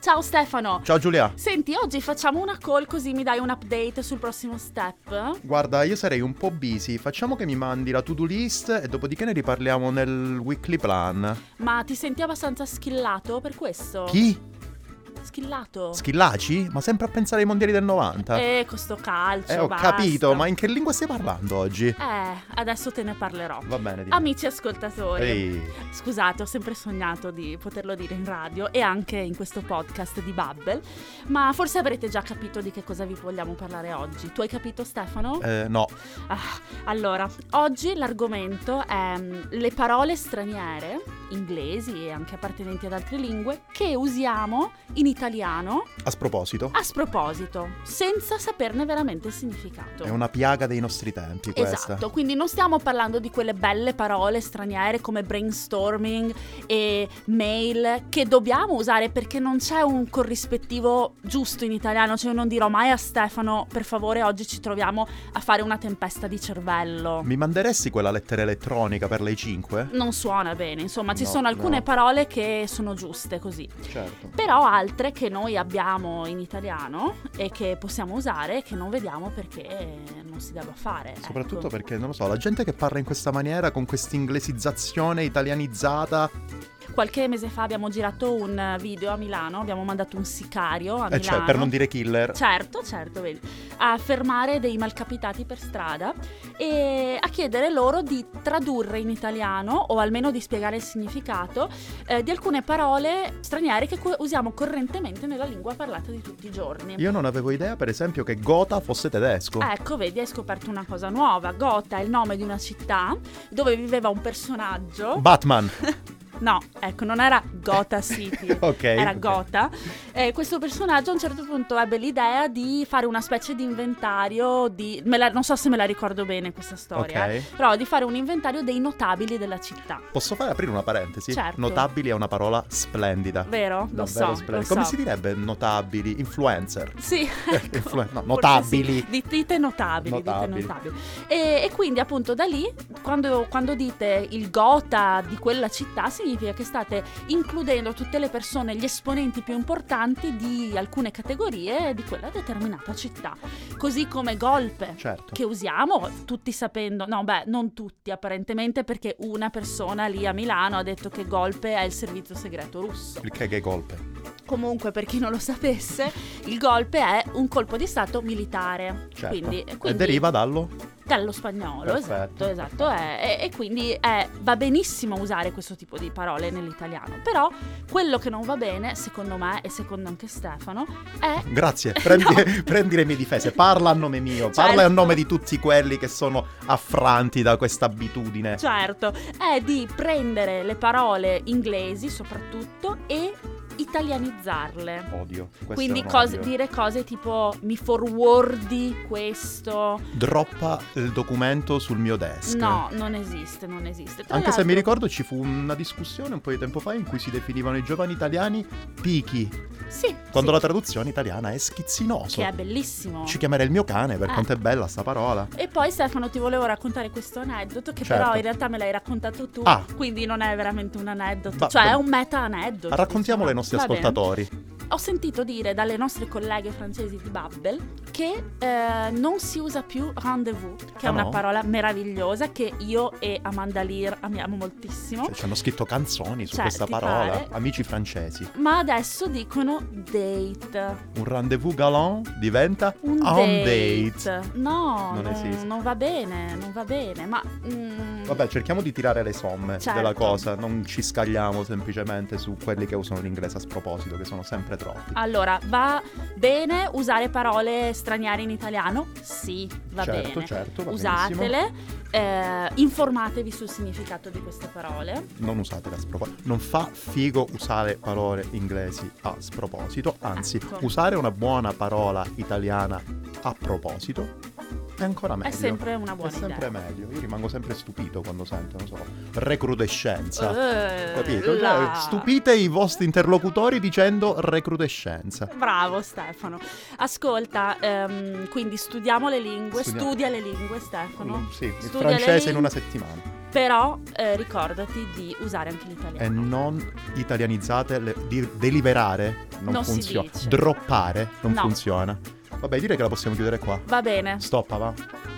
Ciao Stefano. Ciao Giulia. Senti, oggi facciamo una call così mi dai un update sul prossimo step? Guarda, io sarei un po' busy. Facciamo che mi mandi la to-do list e dopodiché ne riparliamo nel weekly plan. Ma ti senti abbastanza schillato per questo? Chi? Schillato? Schillaci? Ma sempre a pensare ai mondiali del 90? Con sto calcio, Ho basta. capito, ma in che lingua stai parlando oggi? Adesso te ne parlerò. Va bene, dimmi. Amici ascoltatori, Ehi. scusate, ho sempre sognato di poterlo dire in radio e anche in questo podcast di Bubble, ma forse avrete già capito di che cosa vi vogliamo parlare oggi. Tu hai capito, Stefano? No. Allora, oggi l'argomento è le parole straniere, inglesi e anche appartenenti ad altre lingue, che usiamo in italiano A sproposito, a sproposito, senza saperne veramente il significato. è una piaga dei nostri tempi questa. Esatto, quindi non stiamo parlando di quelle belle parole straniere come brainstorming e mail che dobbiamo usare perché non c'è un corrispettivo giusto in italiano, cioè io non dirò mai a Stefano per favore oggi ci troviamo a fare una tempesta di cervello. Mi manderesti quella lettera elettronica per le 5? Non suona bene, insomma ci No, sono alcune no. parole che sono giuste così. Certo. Però altre che noi abbiamo in italiano e che possiamo usare che non vediamo perché non si deve fare. Soprattutto ecco. perché, non lo so, la gente che parla in questa maniera, con questa inglesizzazione italianizzata. Qualche mese fa abbiamo girato un video a Milano, abbiamo mandato un sicario a Milano. Cioè, per non dire killer. Certo, vedi, a fermare dei malcapitati per strada e a chiedere loro di tradurre in italiano o almeno di spiegare il significato di alcune parole straniere che usiamo correntemente nella lingua parlata di tutti i giorni. Io non avevo idea, per esempio, che Gotha fosse tedesco. Ecco, vedi, hai scoperto una cosa nuova. Gotha è il nome di una città dove viveva un personaggio. Batman. No, ecco, non era Gotha City, Ok. era Gotha. Questo personaggio a un certo punto ebbe l'idea di fare una specie di inventario non so se me la ricordo bene questa storia, Ok. però di fare un inventario dei notabili della città. Posso aprire una parentesi? Certo. Notabili è una parola splendida. Vero? Lo Davvero so, splendida. lo Come so. si direbbe notabili? Influencer. Sì, ecco, No, forse notabili. sì. Dite notabili. Notabili. E quindi appunto da lì, quando dite il Gotha di quella città, significa che state includendo tutte le persone, gli esponenti più importanti di alcune categorie di quella determinata città. Così come golpe, Certo. che usiamo tutti sapendo, no beh, non tutti apparentemente, perché una persona lì a Milano ha detto che golpe è il servizio segreto russo. Il che golpe. Comunque, per chi non lo sapesse, il golpe è un colpo di stato militare. Certo. Quindi E deriva dallo spagnolo, Perfetto. esatto. E quindi va benissimo usare questo tipo di parole nell'italiano. Però quello che non va bene, secondo me e secondo anche Stefano, è... Grazie, No. prendi le mie difese. Parla a nome mio, Certo. parla a nome di tutti quelli che sono affranti da questa abitudine. Certo, è di prendere le parole inglesi soprattutto e italianizzarle. Odio. Questo Quindi è un odio. dire cose tipo mi forwardi questo. Droppa il documento sul mio desk. No, non esiste. Tra Anche se l'altro- mi ricordo ci fu una discussione un po' di tempo fa in cui si definivano i giovani italiani pichi, Sì, quando sì, la traduzione italiana è schizzinoso. che è bellissimo. Ci chiamerei il mio cane per quanto è bella sta parola. E poi Stefano ti volevo raccontare questo aneddoto che Certo. però in realtà me l'hai raccontato tu, Ah. quindi non è veramente un aneddoto, Va- cioè è un meta aneddoto. Raccontiamolo ai nostri Va bene. ascoltatori. Ho sentito dire dalle nostre colleghe francesi di Bubble che non si usa più rendezvous, che è Ah, una no? parola meravigliosa che io e Amanda Lear amiamo moltissimo. Cioè, ci hanno scritto canzoni su Cioè, questa ti parola. pare? Amici francesi. Ma adesso dicono date. Un rendezvous galant diventa Un on date. date. No, Non esiste. non va bene, ma... Vabbè, cerchiamo di tirare le somme Certo. della cosa. Non ci scagliamo semplicemente su quelli che usano l'inglese a sproposito, che sono sempre troppi. Allora, va bene usare parole straniere in italiano? Sì, va Certo, bene. certo, va Usatele, informatevi sul significato di queste parole. Non usatele a sproposito. Non fa figo usare parole inglesi a sproposito. Anzi, Ecco. usare una buona parola italiana a proposito è ancora meglio. È sempre una buona È sempre idea. meglio. Io rimango sempre stupito quando sento, non so, recrudescenza. Capito? là. Cioè, stupite i vostri interlocutori dicendo recrudescenza. Bravo Stefano. Ascolta, quindi studiamo le lingue, Studiamo. studia le lingue Stefano. Sì, il Studia le francese in lingue. una settimana. Però ricordati di usare anche l'italiano. E non italianizzate, di deliberare non si funziona. dice. Droppare non No. funziona. Vabbè, direi che la possiamo chiudere qua. Va bene. Stoppa, va.